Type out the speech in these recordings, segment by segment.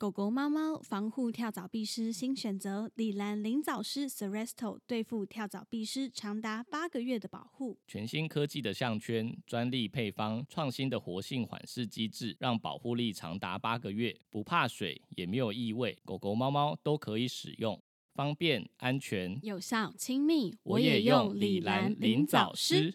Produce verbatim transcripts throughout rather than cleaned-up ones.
狗狗、猫猫防护跳蚤壁虱新选择，李兰灵藻虱 Seresto 对付跳蚤壁虱长达八个月的保护。 全新科技的项圈、专利配方、创新的活性缓释机制，让保护力长达八个月，不怕水，也没有异味，狗狗、猫猫都可以使用，方便、安全、 有效、亲密。 我也用李兰灵藻虱。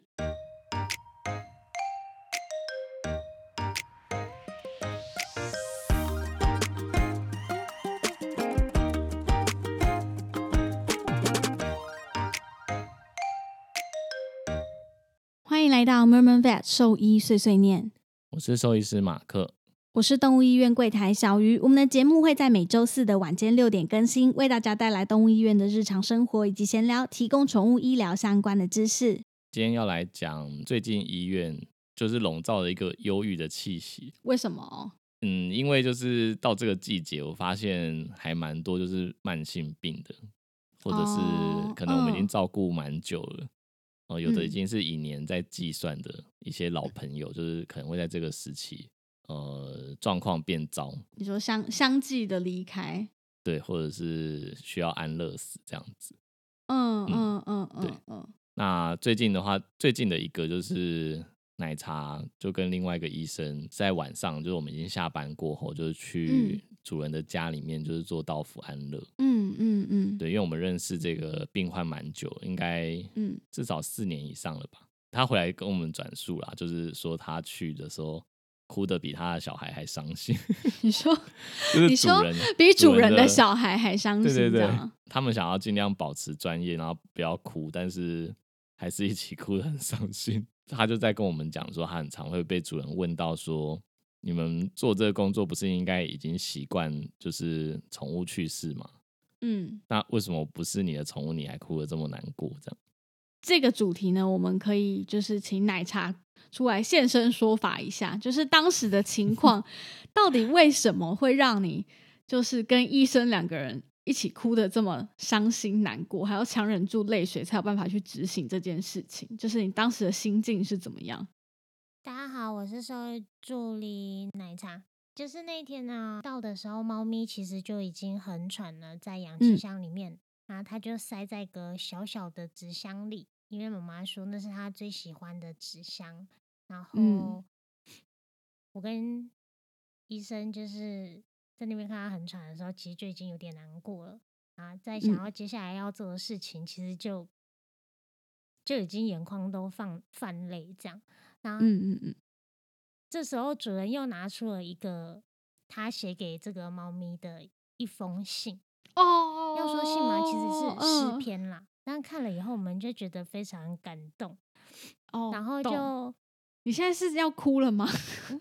欢迎来到 Murmur Vet 兽医碎碎念， 我是兽医师马克， 我是动物医院柜台小鱼。我们的节目会在每周四的晚间六点更新，为大家带来动物医院的日常生活以及闲聊，提供宠物医疗相关的知识。 今天要来讲最近医院就是笼罩了一个忧郁的气息。 为什么？ 嗯，因为就是到这个季节，我发现还蛮多就是慢性病的，或者是可能我们已经照顾蛮久了。哦哦，有的已经是以年在计算的一些老朋友，嗯、就是可能会在这个时期，呃，状况变糟。 你说相相继的离开， 对，或者是需要安乐死这样子。 嗯嗯嗯嗯， 对。 嗯那最近的话，最近的一个就是奶茶，就跟另外一个医生在晚上，就是我们已经下班过后，就是去主人的家里面，就是做到府安乐。 嗯嗯嗯， 对，因为我们认识这个病患蛮久，应该至少四年以上了吧。他回来跟我们转述啦，就是说他去的时候哭得比他的小孩还伤心。 你说， 就是主人你说比主人的小孩还伤心， 对对对，他们想要尽量保持专业，然后不要哭，但是还是一起哭得很伤心。他就在跟我们讲说，他很常会被主人问到说，你们做这个工作不是应该已经习惯就是宠物去世吗？嗯，那为什么不是你的宠物你还哭得这么难过？这样， 这个主题呢，我们可以就是请奶茶出来现身说法一下，就是当时的情况到底为什么会让你就是跟医生两个人一起哭得这么伤心难过，还要强忍住泪水才有办法去执行这件事情，就是你当时的心境是怎么样？ 大家好，我是兽医助理奶茶。就是那天呢、啊，到的时候，猫咪其实就已经很喘了，在氧气箱里面，嗯、然后它就塞在一个小小的纸箱里，因为妈妈说那是它最喜欢的纸箱。然后、嗯、我跟医生就是在那边看它很喘的时候，其实就已经有点难过了啊，在想要接下来要做的事情，嗯、其实就就已经眼眶都放泛泪这样。然后，嗯嗯嗯。这时候主人又拿出了一个他写给这个猫咪的一封信哦，要说信吗？其实是诗篇啦。但看了以后，我们就觉得非常感动哦。然后就， 你现在是要哭了吗？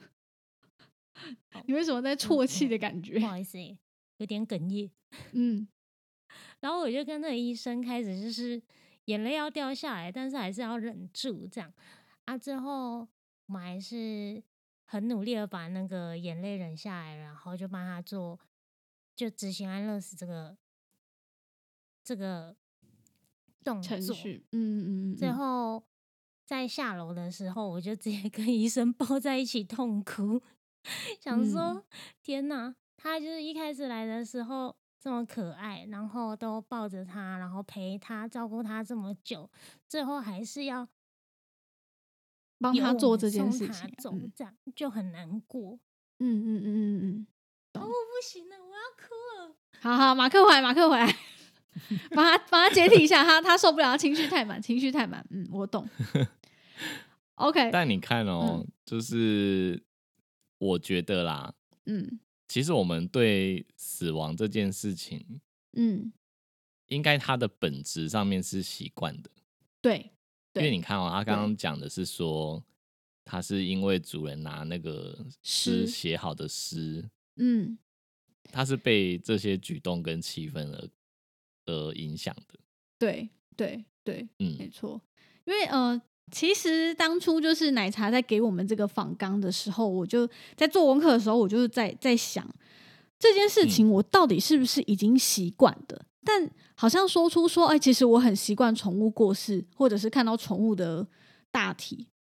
你为什么在啜泣的感觉？ 嗯嗯、不好意思，有点哽咽。嗯，然后我就跟那个医生开始就是眼泪要掉下来，但是还是要忍住这样啊。最后我们还是很努力的把那个眼泪忍下来，然后就帮他做，就执行安乐死这个这个动作。程序，嗯嗯嗯。最后在下楼的时候，我就直接跟医生抱在一起痛哭，想说、嗯、天哪，他就是一开始来的时候这么可爱，然后都抱着他，然后陪他照顾他这么久，最后还是要帮他做这件事情， 走这样、嗯、就很难过。 嗯嗯嗯嗯嗯， 哦，我不行了，我要哭了。 好好，马克回来，马克回来，帮他帮他接替一下，他他受不了，他情绪太满，情绪太满。嗯，我懂。OK， 但你看哦、嗯，就是我觉得啦，嗯，其实我们对死亡这件事情，嗯，应该它的本质上面是习惯的， 对。 因为你看哦，他刚刚讲的是说，他是因为主人拿那个诗写好的诗，嗯，他是被这些举动跟气氛而而影响的。 对对对，嗯，没错。因为呃，其实当初就是奶茶在给我们这个访纲的时候，我就在做功课的时候，我就是在在想这件事情，我到底是不是已经习惯的？嗯，但好像说出说，哎，其实我很习惯宠物过世，或者是看到宠物的大体，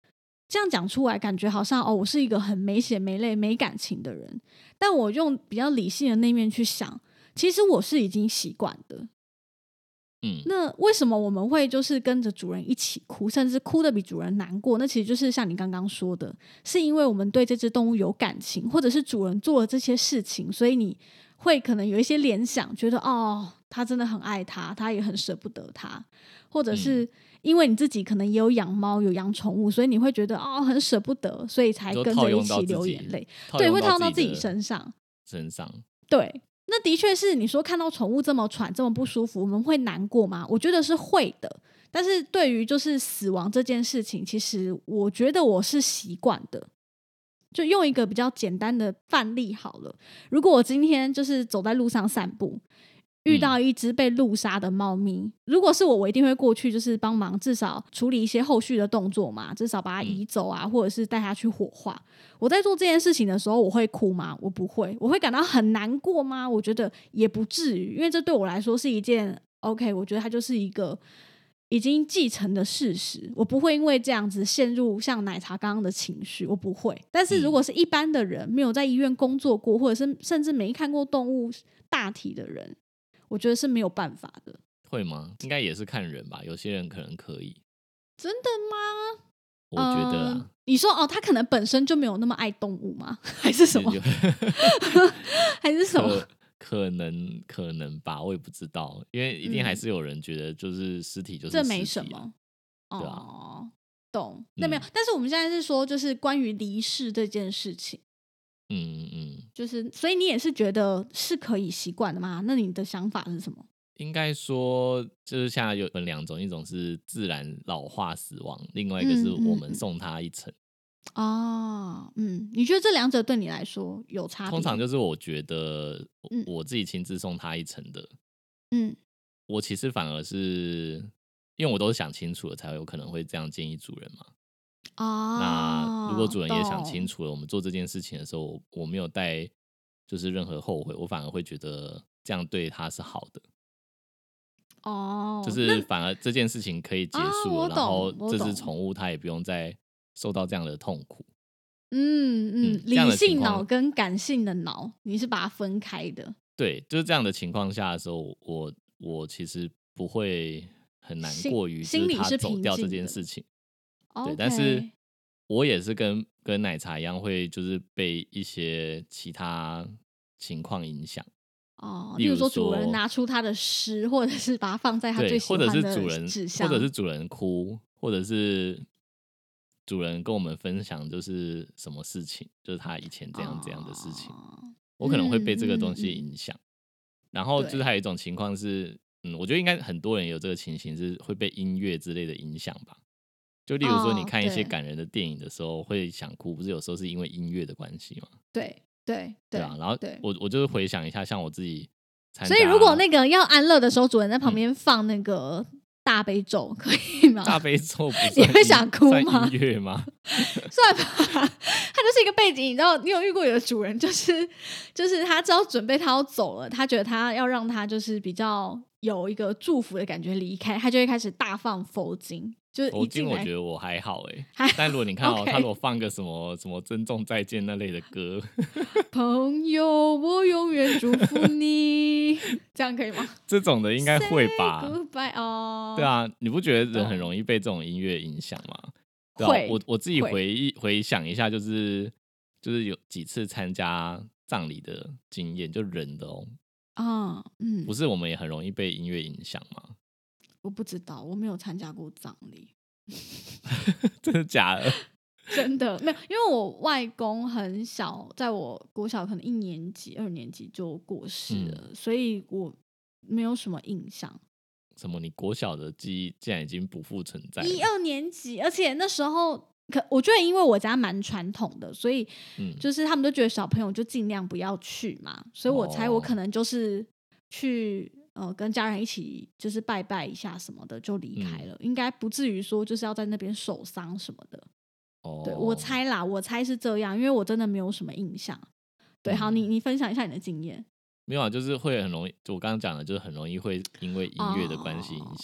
这样讲出来感觉好像哦，我是一个很没血没泪没感情的人，但我用比较理性的那面去想，其实我是已经习惯的。 嗯， 那为什么我们会就是跟着主人一起哭，甚至哭得比主人难过？那其实就是像你刚刚说的，是因为我们对这只动物有感情，或者是主人做了这些事情，所以你会可能有一些联想，觉得哦，他真的很爱他，他也很舍不得他，或者是因为你自己可能也有养猫有养宠物，所以你会觉得哦很舍不得，所以才跟着一起流眼泪，对，会套用到自己身上身上， 对。那的确是你说看到宠物这么喘这么不舒服，我们会难过吗？我觉得是会的，但是对于就是死亡这件事情，其实我觉得我是习惯的。就用一个比较简单的范例好了，如果我今天就是走在路上散步，遇到一只被路杀的猫咪、嗯、如果是我我一定会过去就是帮忙至少处理一些后续的动作嘛，至少把它移走啊、嗯、或者是带它去火化。我在做这件事情的时候我会哭吗？我不会。我会感到很难过吗？我觉得也不至于，因为这对我来说是一件 OK， 我觉得它就是一个已经继承的事实，我不会因为这样子陷入像奶茶刚刚的情绪，我不会。但是如果是一般的人、嗯、没有在医院工作过，或者是甚至没看过动物大体的人，我觉得是没有办法的。 会吗？应该也是看人吧，有些人可能可以。 真的吗？ 我觉得啊、 呃、你说哦，他可能本身就没有那么爱动物吗？还是什么？还是什么？ 可能可能吧，我也不知道，因为一定还是有人觉得就是尸体就是尸体、啊嗯、 这没什么。 对啊、 哦，懂。那没有、嗯、但是我们现在是说就是关于离世这件事情。 嗯嗯， 就是所以你也是觉得是可以习惯的吗？那你的想法是什么？ 应该说就是现在有分两种，一种是自然老化死亡，另外一个是我们送他一程。 嗯嗯嗯哦，嗯，你觉得这两者对你来说有差别？ 通常就是我觉得我自己亲自送他一程的， 嗯， 我其实反而是因为我都想清楚了，才有可能会这样建议主人嘛。 哦， 那如果主人也想清楚了，我们做这件事情的时候，我没有带就是任何后悔，我反而会觉得这样对他是好的。 哦， 就是反而这件事情可以结束了、 啊、 然后这只宠物它也不用再受到这样的痛苦。 嗯嗯，理性脑跟感性的脑，你是把它分开的。 对，就是这样的情况下的时候，我我其实不会很难过于就是他走掉这件事情。对， okay. 但是我也是跟跟奶茶一样，会就是被一些其他情况影响。 哦，例如说主人拿出他的诗，或者是把它放在他最喜欢的纸箱， 或者是主人哭，或者是主人跟我们分享就是什么事情，就是他以前这样这样的事情、哦、我可能会被这个东西影响、嗯嗯嗯、然后就是还有一种情况是嗯，我觉得应该很多人有这个情形，是会被音乐之类的影响吧。就例如说你看一些感人的电影的时候、哦、会想哭，不是有时候是因为音乐的关系吗？ 对对 对, 对啊，然后我我就是回想一下，像我自己参加， 所以如果那个要安乐的时候，主人在旁边放那个大悲咒，可以吗？ 大悲咒不算你会想哭吗？ 算音乐吗？ 算吧，它就是一个背景。你知道，你有遇过有的主人，就是就是他只要准备他要走了，他觉得他要让他就是比较有一个祝福的感觉离开，他就会开始大放佛经。就是佛经我觉得我还好哎、欸，但如果你看哦、喔， okay. 他如果放个什么什么珍重再见那类的歌， 朋友我永远祝福你，这样可以吗？ 这种的应该会吧。 Say goodbye 哦、 对啊，你不觉得人很容易被这种音乐影响吗？对啊， 会， 我我自己回忆回想一下，就是就是有几次参加葬礼的经验，就人的哦、喔啊，嗯， 不是我们也很容易被音乐影响吗？ 我不知道，我没有参加过葬礼。 真的假的？ 真的没有，因为我外公很小，在我国小可能一年级、二年级就过世了、嗯，所以我没有什么印象。 什么？你国小的记忆竟然已经不复存在了？ 一二年级，而且那时候可我觉得，因为我家蛮传统的，所以就是他们都觉得小朋友就尽量不要去嘛，所以我猜我可能就是去。呃，跟家人一起就是拜拜一下什么的就离开了、嗯、应该不至于说就是要在那边受伤什么的、哦、对，我猜啦，我猜是这样，因为我真的没有什么印象。对，好，你你分享一下你的经验。 没有啊，就是会很容易，就我刚刚讲的，就是很容易会因为音乐的关系影响、哦、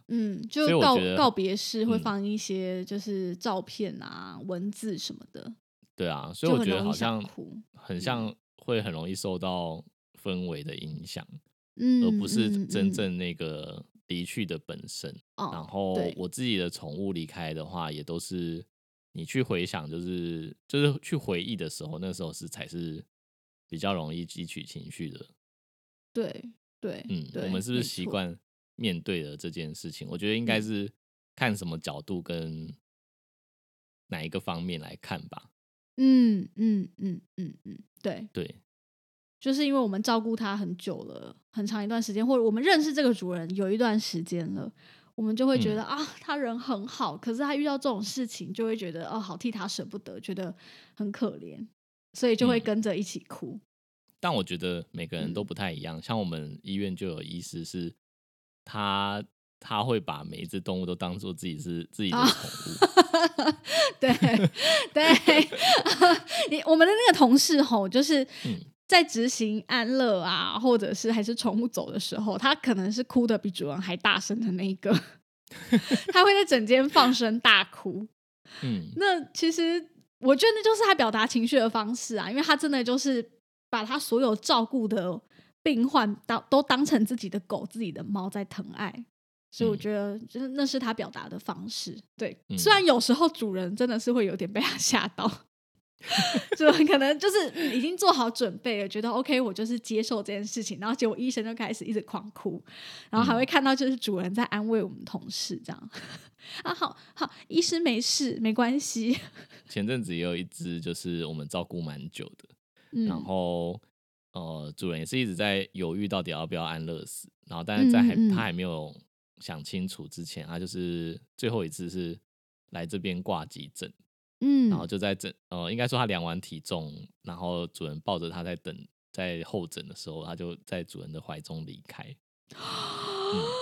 嗯，就所以我告觉得告别式会嗯放一些就是照片啊、文字什么的， 对啊，所以我觉得就很容易好像想哭。 很像会很容易受到氛围的影响，而嗯不是嗯嗯， 真正那个离去的本身。然哦， 后对， 我自己的宠物离开的话，也都是你去回想，就是就是去回忆的时候，那时候是才是比较容易汲取情绪的。 对对嗯，我们对， 是不是没错。 习惯面对了这件事情？我觉得应该嗯是看什么角度跟哪一个方面来看吧。 嗯嗯嗯嗯嗯，对， 对， 就是因为我们照顾它很久了，很长一段时间，或者我们认识这个主人有一段时间了，我们就会觉嗯得啊，他人很好，可是他遇到这种事情，就会觉得哦，好替他舍不得，觉得很可怜，所以就会嗯。 跟着一起哭。 但我觉得每个人都嗯， 不太一样，像我们医院就有医师是，他他会把每一只动物都当做自己是自己的啊， 宠物。 对对，你我们的那个同事吼，就是嗯在执行安乐啊，或者是还是宠物走的时候，他可能是哭的比主人还大声的那一个，他会在整间放声大哭。 嗯那其实我觉得那就是他表达情绪的方式啊，因为他真的就是把他所有照顾的病患当都当成自己的狗、自己的猫在疼爱，所以我嗯觉得就是那是他表达的方式。对，虽嗯然有时候主人真的是会有点被他吓到，就可能就是、嗯、已经做好准备了，觉得 OK， 我就是接受这件事情，然后结果医生就开始一直狂哭，然后还会嗯， 看到就是主人在安慰我们同事这样啊，好好，医师没事，没关系。 前阵子也有一只，就是我们照顾蛮久的，然嗯后呃，主人也是一直在犹豫到底要不要安乐死，然后但是在嗯嗯嗯还他还没有想清楚之前，他就是最后一次是来这边挂急诊，然后嗯， 就在诊呃，应该说他量完体重，然后主人抱着他在等在候诊的时候，他就在主人的怀中离开。嗯，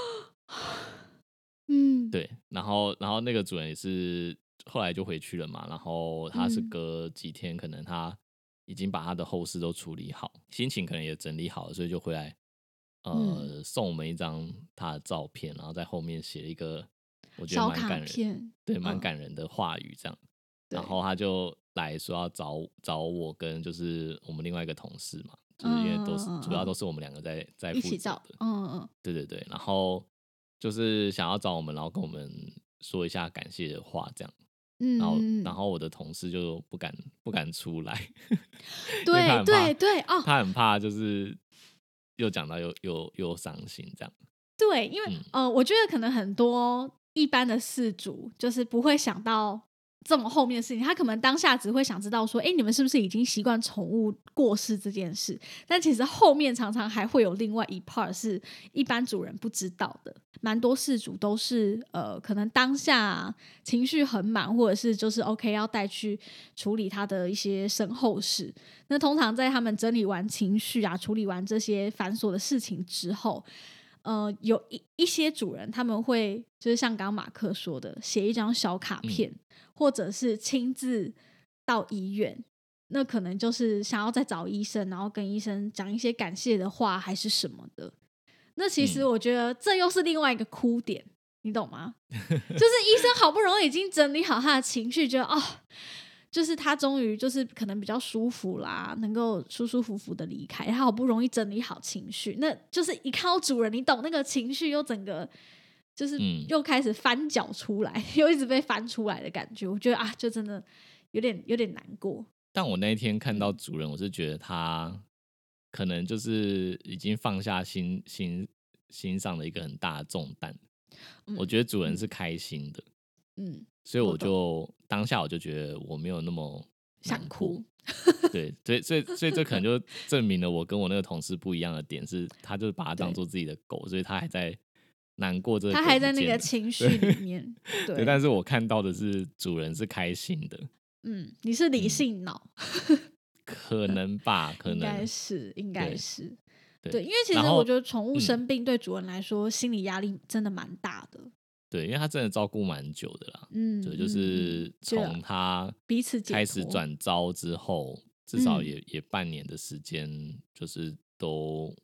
嗯对，然后然后那个主人也是后来就回去了嘛，然后他是嗯隔几天，可能他已经把他的后事都处理好，心情可能也整理好了，所以就回来嗯， 呃送我们一张他的照片，然后在后面写了一个我觉得小卡蛮感人， 片， 对，蛮嗯， 感人的话语这样。然对， 后他就来说要找找我跟就是我们另外一个同事嘛，就是因为都嗯是嗯嗯嗯， 主要都是我们两个在在一起照， 负责的， 嗯嗯对对对。然后就是想要找我们，然后跟我们说一下感谢的话这样。然后嗯嗯嗯， 然后我的同事就不敢不敢出来，因为他对很怕对对，哦， 他很怕就是又讲到又又又伤心这样。 对，因为嗯呃，我觉得可能很多一般的饲主就是不会想到这么后面的事情，他可能当下只会想知道说，哎，你们是不是已经习惯宠物过世这件事？但其实后面常常还会有另外一 part 是一般主人不知道的。蛮多饲主都是呃，可能当下情绪很满，或者是就是 OK 要带去处理他的一些身后事。那通常在他们整理完情绪啊，处理完这些繁琐的事情之后，呃，有一一些主人他们会就是像刚刚马克说的，写一张小卡嗯片，或者是亲自到医院。那可能就是想要再找医生，然后跟医生讲一些感谢的话，还是什么的。那其实嗯我觉得这又是另外一个哭点，你懂吗？就是医生好不容易已经整理好他的情绪，觉得哦，就是他终于就是可能比较舒服啦，能够舒舒服服的离开。他好不容易整理好情绪，那就是一看到主人，你懂那个情绪又整个就是嗯， 又开始翻搅出来，又一直被翻出来的感觉。我觉得啊，就真的有点有点难过。 但我那一天看到嗯主人，我是觉得他可能就是已经放下心心心上的一个很大的重担。我嗯觉得主人嗯是开心的， 嗯， 所以我我懂， 就当下我就觉得我没有那么难过。 想哭。 对，所以所以所以这可能就证明了我跟我那个同事不一样的点是，他就是把它当对， 做自己的狗，所以他还在难过这个狗他还在那不见了。 个情绪对里面。 对，但对， 是我看到的是主人是开心的。 嗯，你是理嗯， 性脑， 可能吧，可应该能是，应该对是。对， 对。 因为其然后实我觉得宠物嗯， 生病对主人来说，心理压力真的蛮大的。 对，因为他真的照顾蛮久的啦，对，就嗯嗯嗯， 是就从他彼此解开始脱。 转招之后，至少嗯也也半年的时间，就是都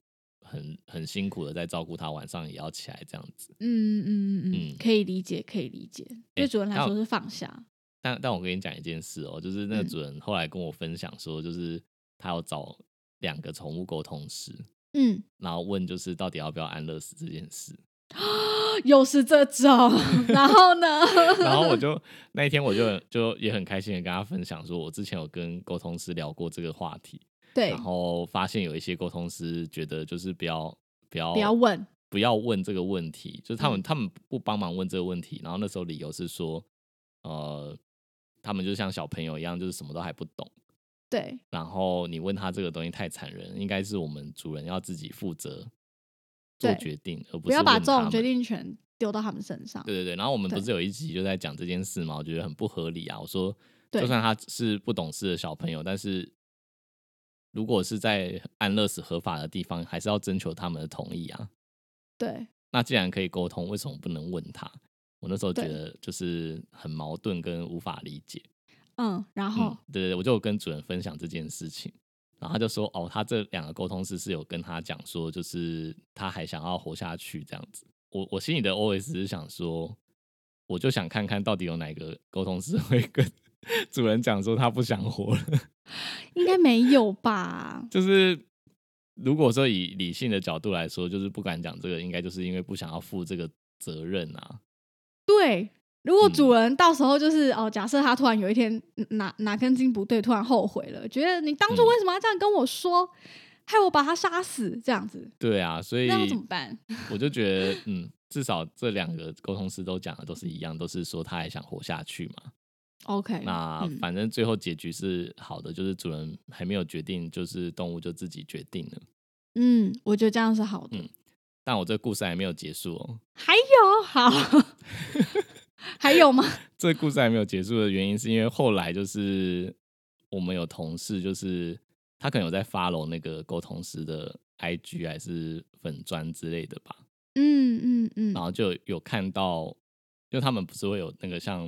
很很辛苦的在照顾它，晚上也要起来这样子。 嗯嗯嗯嗯， 嗯可以理解，可以理解。对主人来说是放下。 但但我跟你讲一件事哦，就是那个主人后来跟我分享说，就是他要找两个宠物沟通师， 嗯， 然后问就是到底要不要安乐死这件事。 又是这种，然后呢？ 然后我就那一天我就就也很开心的跟他分享说，我之前有跟沟通师聊过这个话题， 对， 然后发现有一些沟通师觉得就是不要不要不要问， 不要问这个问题，就是他们、 嗯、 他们不帮忙问这个问题，然后那时候理由是说，呃，他们就像小朋友一样，就是什么都还不懂。 对， 然后你问他这个东西太残忍，应该是我们主人要自己负责做决定，而不是不要把问他们这种决定权丢到他们身上。 对对对，然后我们不是有一集就在讲这件事嘛？我觉得很不合理啊。我说， 对就算他是不懂事的小朋友，但是如果是在安乐死合法的地方，还是要征求他们的同意啊。 对， 那既然可以沟通，为什么不能问他？我那时候觉对得就是很矛盾跟无法理解。 嗯，然后、 嗯，对对对，我就有跟主人分享这件事情，然后他就说，哦，他这两个沟通师是有跟他讲说，就是他还想要活下去这样子。我我心里的 O S 是想说，我就想看看到底有哪个沟通师会跟主人讲说他不想活了。 应该没有吧？ 就是如果说以理性的角度来说，就是不敢讲这个，应该就是因为不想要负这个责任啊。 对，如果主人到时候就是、嗯、哦，假设他突然有一天哪哪根筋不对，突然后悔了，觉得你当初为什么要这样跟我说？嗯，害我把他杀死，这样子。 对啊，所以那要怎么办？ 我就觉得，嗯，至少这两个沟通师都讲的都是一样，都是说他还想活下去嘛。 OK， 那嗯、 反正最后结局是好的，就是主人还没有决定，就是动物就自己决定了。 嗯，我觉得这样是好的。 嗯，但我这个故事还没有结束哦。 还有，好，还有吗？ 这个故事还没有结束的原因是因为后来就是我们有同事，就是他可能有在 follow 那个沟通师的 I G 还是粉专之类的吧。 嗯嗯嗯， 然后就有看到，因为他们不是会有那个像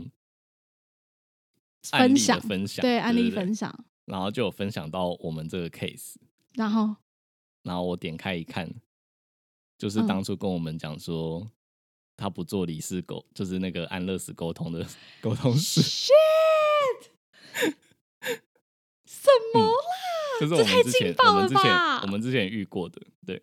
案例的分享， 对，案例对对对分享， 然后就有分享到我们这个 case， 然后然后我点开一看，就是当初跟我们讲说、嗯、他不做离世沟，就是那个安乐死沟通的沟通师。 Shit！ 什么啦？ 嗯、就是我们之前我们之前我们之前遇过的，对。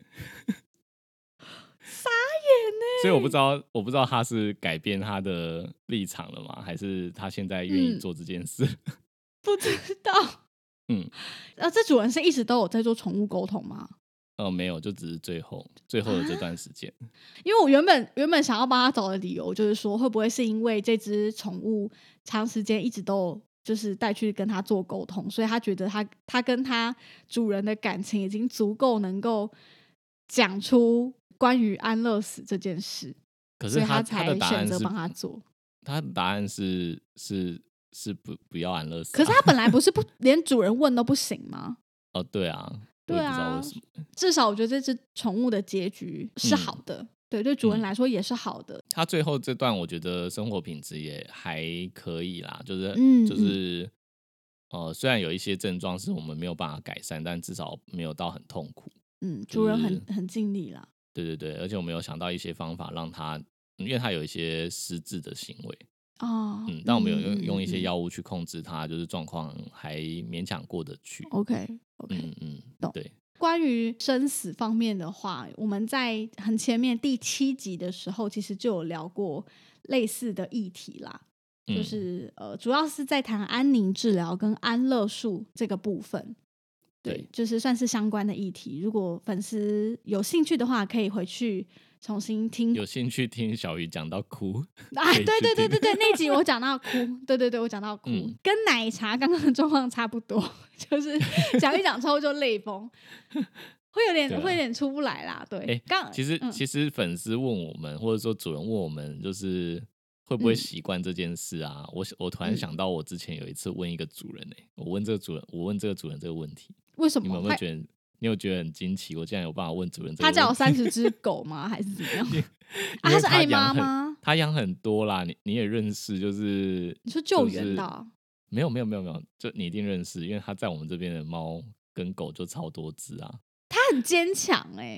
傻眼呢！ 所以我不知道，我不知道他是改变他的立场了吗？还是他现在愿意做这件事？ 嗯、不知道。 嗯， 呃，这主人是一直都有在做宠物沟通吗？ 呃，没有，就只是最后最后的这段时间、啊。 因为我原本原本想要帮他找的理由，就是说会不会是因为这只宠物长时间一直都就是带去跟他做沟通，所以他觉得他他跟他主人的感情已经足够能够讲出关于安乐死这件事， 可是 他, 他才的答案是选择帮他做。 他的答案是是是不不要安乐死、啊。 可是他本来不是不连主人问都不行吗？ 哦，对啊， 对啊， 我也不知道为什么。 至少我觉得这只宠物的结局是好的，嗯、对，对主人来说也是好的。 他最后这段，我觉得生活品质也还可以啦，就是、 嗯、 就是呃，虽然有一些症状是我们没有办法改善，但至少没有到很痛苦。 嗯，主人很、就是、很尽力啦。 对对对，而且我们有想到一些方法让他，因为他有一些失智的行为哦， 嗯，但我们有用用一些药物去控制他，就是状况还勉强过得去。 OK OK， 嗯嗯， 懂。 对。 关于生死方面的话，我们在很前面第七集的时候，其实就有聊过类似的议题啦，嗯、就是呃，主要是在谈安宁治疗跟安乐术这个部分。对，对，就是算是相关的议题。如果粉丝有兴趣的话，可以回去重新听。 有兴趣听小鱼讲到哭， 哎，对对对对对，那集我讲到哭，对对对，我讲到哭，嗯、跟奶茶刚刚的状况差不多，就是讲一讲之后就泪崩，会有点、啊、会有点出不来啦。对， 欸、刚其实、嗯、其实粉丝问我们，或者说主人问我们，就是会不会习惯这件事啊？嗯、我我突然想到，我之前有一次问一个主人、欸，我问这个主人，我问这个主人这个问题。 为什么？ 你们有没有觉得？你有觉得很惊奇？我竟然有办法问主人这个问题。 他家有三十只狗吗？还是怎么样？啊，他是爱妈吗？ 他养很多啦，你你也认识，就是你说救援的、啊就是？没有没有没有没有，就你一定认识，因为他在我们这边的猫跟狗就超多只啊。 他很坚强哎。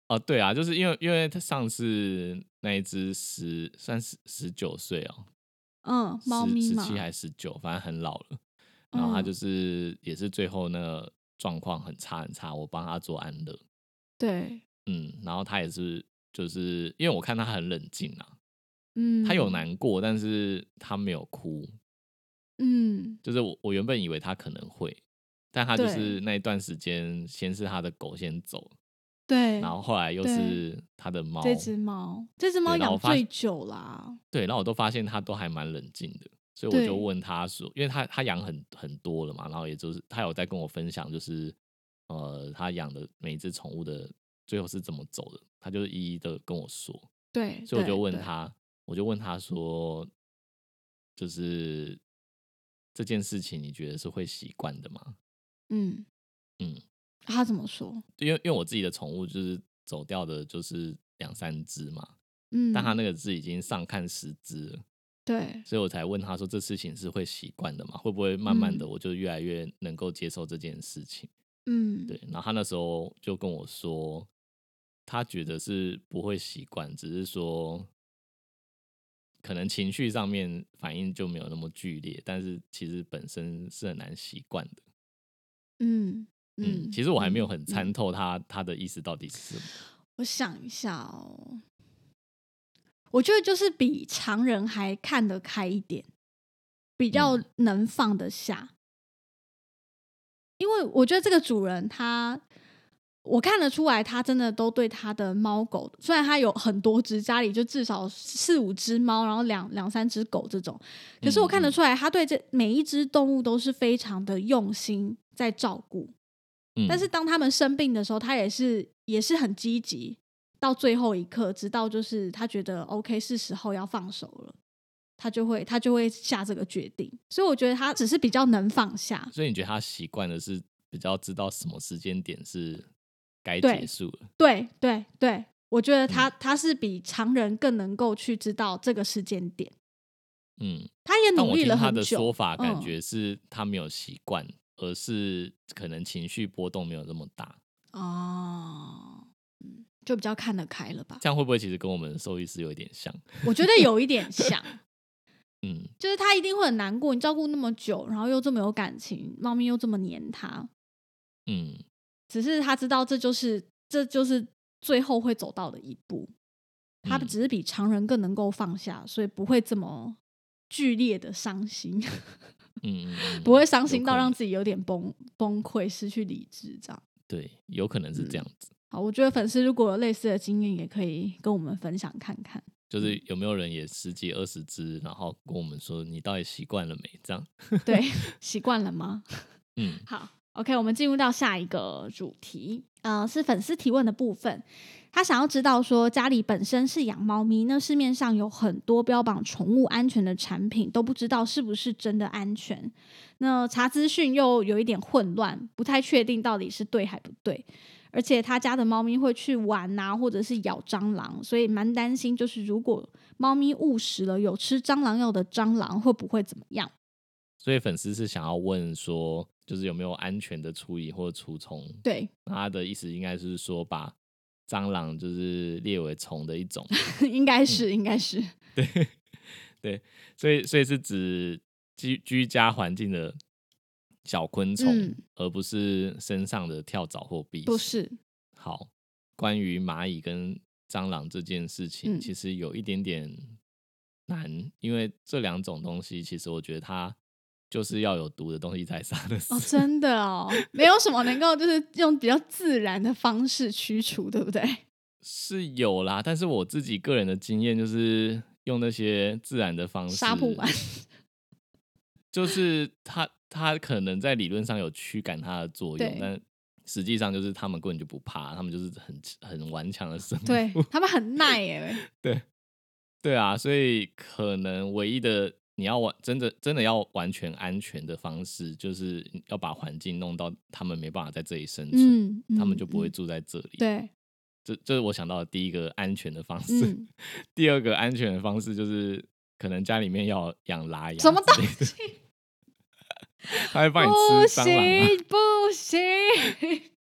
哦，对啊，就是因为因为他上次那一只十算是十九岁哦， 嗯，猫咪嘛， 十十七还十九，反正很老了。然后他就嗯， 是、也是最后那个状况很差很差，我帮他做安乐。 对， 嗯，然后他也是就是因为我看他很冷静啊，他有嗯难过，但是他没有哭。 嗯， 就是我我原本以为他可能会，但他就对是那一段时间，先是他的狗先走，然对后后来又对， 是他的猫。 这只猫，这只猫对，然后我养发最久啦。 对，然后我都发现他都还蛮冷静的，所以我就对， 问他说，因为他他养很很多了嘛，然后也就是他有在跟我分享，就是呃他养的每一只宠物的最后是怎么走的，他就一一的跟我说， 对所以我就对对， 问他，我就问他说，就是这件事情你觉得是会习惯的吗？ 嗯， 嗯， 他怎么说？ 因为因为我自己的宠物就是走掉的，就是两三只嘛，但他嗯， 那个只已经上看十只了。 对， 所以我才问他说：“这事情是会习惯的吗？会不会慢慢的嗯我就越来越能够接受这件事情？” 嗯对，然后他那时候就跟我说，他觉得是不会习惯，只是说可能情绪上面反应就没有那么剧烈，但是其实本身是很难习惯的。 嗯嗯， 嗯其实我还没有嗯很参嗯， 透他他的意思到底是什么。 我想一下哦，我觉得就是比常人还看得开一点，比较嗯能放得下。因为我觉得这个主人他，我看得出来，他真的都对他的猫狗，虽然他有很多只，家里就至少四五只猫，然后两两三只狗这种，可是我嗯嗯看得出来，他对这每一只动物都是非常的用心在照顾。但是嗯， 当他们生病的时候，他也是也是很积极，到最后一刻，直到就是他觉得 OK 是时候要放手了，他就会他就会下这个决定。所以我觉得他只是比较能放下。 所以你觉得他习惯的是比较知道什么时间点是该结对束了？ 对对对，我觉得嗯他他是比常人更能够去知道这个时间点。 嗯。 他也但努力了我听他的很久， 说法，感嗯， 觉是他没有习惯，而是可能情绪波动没有那么大。 哦，嗯，就比较看得开了吧？ 这样会不会其实跟我们的兽医师有一点像？ 我觉得有一点像， 嗯就是他一定会很难过，你照顾那么久，然后又这么有感情，猫咪又这么黏他， 嗯只是他知道这就是这就是最后会走到的一步，他嗯只是比常人更能够放下，所以不会这么剧烈的伤心， 嗯嗯不会嗯， 伤心到有可能， 让自己有点崩崩溃、失去理智这样。 对，有可能是这嗯， 样子。 好，我觉得粉丝如果有类似的经验，也可以跟我们分享看看。 就是有没有人也十几二十只，然后跟我们说你到底习惯了没？这样， 对，习惯了吗？ 嗯好，OK，我们进入到下一个主题，呃，是粉丝提问的部分。他想要知道说，家里本身是养猫咪，那市面上有很多标榜宠物安全的产品，都不知道是不是真的安全。那查资讯又有一点混乱，不太确定到底是对还不对。而且他家的猫咪会去玩啊，或者是咬蟑螂，所以蛮担心，就是如果猫咪误食了有吃蟑螂药的蟑螂，会不会怎么样？ 所以粉丝是想要问说，就是有没有安全的处理或除虫？ 对， 那他的意思应该是说，把蟑螂就是列为虫的一种。 应该嗯， 是，应该是， 对，所以所以是指居居家环境的小昆虫， 嗯， 而不是身上的跳蚤或蜱虱。 不是， 好，关于蚂蚁跟蟑螂这件事情， 嗯。 其实有一点点难，因为这两种东西，其实我觉得它就是要有毒的东西才杀得哦， 死。 真的哦，没有什么能够就是用比较自然的方式驱除，对不对？ 是有啦，但是我自己个人的经验就是用那些自然的方式， 杀不完， 就是它它可能在理论上有驱赶它的作用， 对但实际上就是他们根本就不怕，他们就是很很顽强的生对物。 他们很耐耶， 对对啊，所以可能唯一的你要完真的真的要完全安全的方式，就是要把环境弄到他们没办法在这里生存， 嗯他们嗯嗯， 就不会住在这里。 对， 这这是我想到的第一个安全的方式。 嗯， 第二个安全的方式就是可能家里面要养拉什么东牙之类的， 西？ 它会帮你不吃蟑螂啊。 行不行，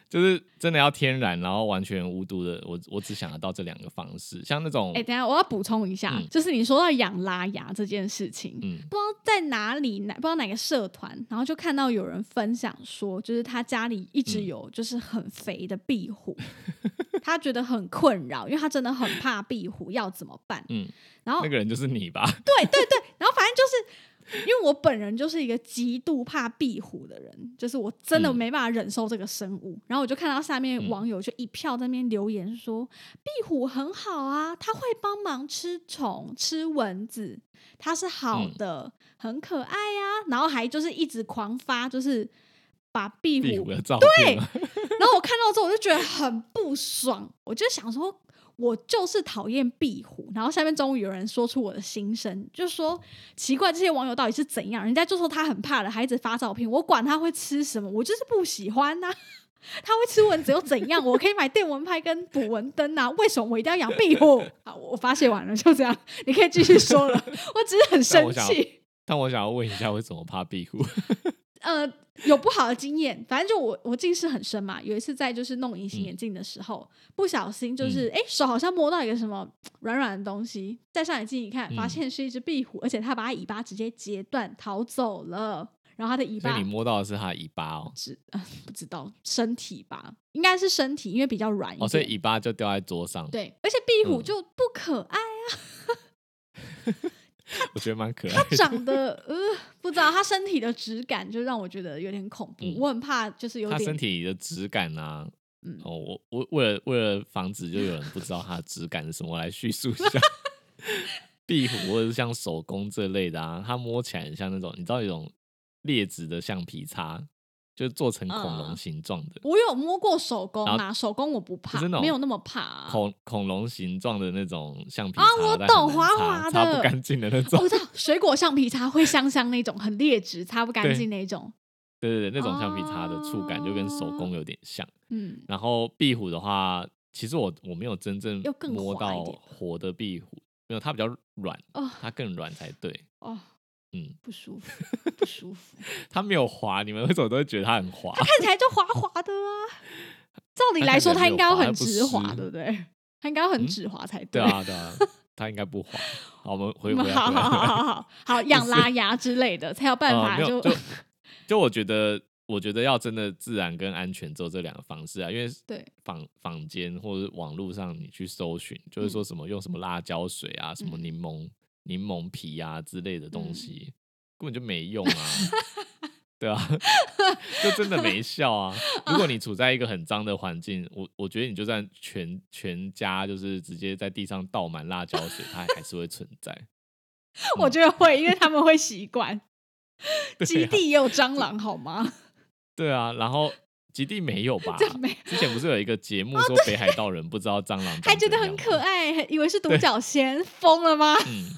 就是真的要天然，然后完全无毒的。我我只想得到这两个方式，像那种， 哎、欸，等一下我要补充一下、嗯，就是你说到养拉牙这件事情，嗯，不知道在哪里，哪不知道哪个社团，然后就看到有人分享说，就是他家里一直有就是很肥的壁虎，嗯、他觉得很困扰，因为他真的很怕壁虎，要怎么办？嗯，然后那个人就是你吧？ 对对对，然后反正就是。因为我本人就是一个极度怕壁虎的人，就是我真的没办法忍受这个生物、嗯、然后我就看到下面网友就一票在那边留言说、嗯、壁虎很好啊，它会帮忙吃虫吃蚊子，它是好的、嗯、很可爱啊，然后还就是一直狂发就是把壁虎, 壁虎的照片，对，然后我看到之后我就觉得很不爽，我就想说我就是讨厌壁虎，然后下面终于有人说出我的心声，就说奇怪这些网友到底是怎样，人家就说他很怕了还一直发照片，我管他会吃什么，我就是不喜欢啊，他会吃蚊子又怎样，我可以买电蚊拍跟捕蚊灯啊，为什么我一定要养壁虎？好，我发泄完了，就这样，你可以继续说了。我只是很生气， 但我想要问一下为什么怕壁虎？ 呃，有不好的经验，反正就我我近视很深嘛，有一次在就是弄隐形眼镜的时候、嗯、不小心就是哎、嗯、手好像摸到一个什么软软的东西，戴上眼镜一看、嗯、发现是一只壁虎，而且它把它尾巴直接截断逃走了，然后它的尾巴， 所以你摸到的是它的尾巴哦？ 是、呃、不知道，身体吧，应该是身体，因为比较软一点、 哦、所以尾巴就掉在桌上。 对，而且壁虎就不可爱啊、 嗯我觉得蛮可爱的， 它长得呃不知道，它身体的质感就让我觉得有点恐怖、嗯、我很怕就是有点它身体的质感啊、嗯哦、我我为了为了防止就有人不知道它的质感是什么，我来叙述一下壁虎或者是像手工这类的啊，它摸起来很像那种你知道有种劣质的橡皮擦，就是做成恐龙形状的、嗯、 我有摸过手工啊，手工我不怕，没有那么怕、啊、 恐恐龙形状的那种橡皮擦啊，我懂，滑滑的， 擦不干净的那种、 哦、我知道水果橡皮擦会香香那种，很劣质，擦不干净那种， 对对对，那种橡皮擦的触感就跟手工有点像、嗯、然后壁虎的话其实我我没有真正摸到活的壁虎，没有，它比较软、哦、它更软才对哦， 嗯，不舒服，不舒服。 它没有滑，你们为什么都会觉得它很滑？ 它看起来就滑滑的啊。照理来说，它应该要很直滑，对不对？它应该要很直滑才对。 嗯、对啊，对啊，它应该不滑。好，我们回回来。 好好好好好，好养拉牙之类的，才有办法就、 呃、就就我觉得，我觉得要真的自然跟安全只有这两个方式啊，因为对坊坊间或者网络上你去搜寻，就是说什么用什么辣椒水啊，嗯、什么柠檬。柠檬皮啊之类的东西、嗯、根本就没用啊对啊就真的没效啊如果你处在一个很脏的环境，我我觉得你就算全全家就是直接在地上倒满辣椒水它还是会存在、嗯、 我觉得会，因为他们会习惯基地也有蟑螂好吗？ 对啊，然后极地没有吧？之前不是有一个节目说北海道人不知道蟑螂还觉得很可爱，以为是独角仙，疯了吗？嗯、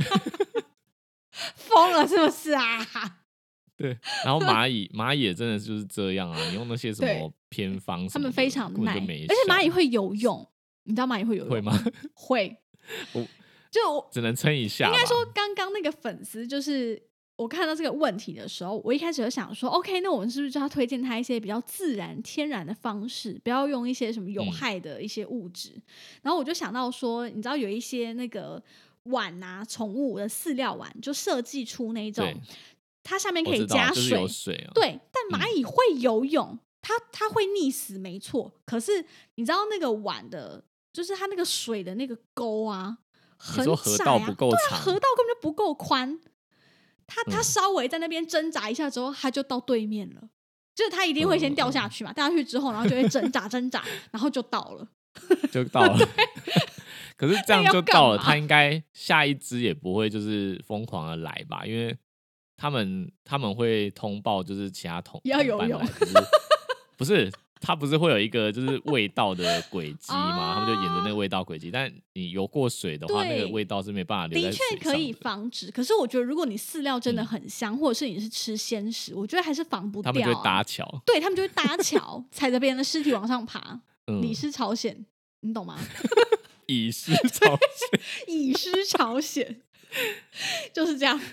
疯了是不是啊？ 对，然后蚂蚁蚂蚁也真的就是这样啊，你用那些什么偏方什么的，他们非常耐，而且蚂蚁会游泳，你知道蚂蚁会游泳会吗？ 会， 我就只能撑一下。 应该说，刚刚那个粉丝就是。我看到这个问题的时候，我一开始就想说 OK 那我们是不是就要推荐他一些比较自然天然的方式，不要用一些什么有害的一些物质、嗯、然后我就想到说，你知道有一些那个碗啊，宠物的饲料碗就设计出那种它下面可以加水， 就是有水、哦、 对，但蚂蚁会游泳、嗯、它, 它会溺死没错，可是你知道那个碗的就是它那个水的那个沟啊很窄啊， 你说河道不够长， 对啊，河道根本就不够宽，他他稍微在那边挣扎一下之后，他就到对面了。就是他一定会先掉下去嘛，掉下去之后，然后就会挣扎挣扎，然后就到了， 就到了。可是这样就到了，他应该下一只也不会就是疯狂的来吧？因为他们他们会通报，就是其他同要游泳， 不是。它不是会有一个就是味道的轨迹吗？啊、他们就沿着那个味道轨迹，但你游过水的话，那个味道是没办法留在水上的。 的确可以防止，可是我觉得如果你饲料真的很香，嗯、或者是你是吃鲜食，我觉得还是防不掉、啊。 他们就会搭桥， 对他们就会搭桥，踩着别人的尸体往上爬，嗯、李尸朝鲜，你懂吗？ 以尸朝鲜， 以尸朝鲜，就是这样。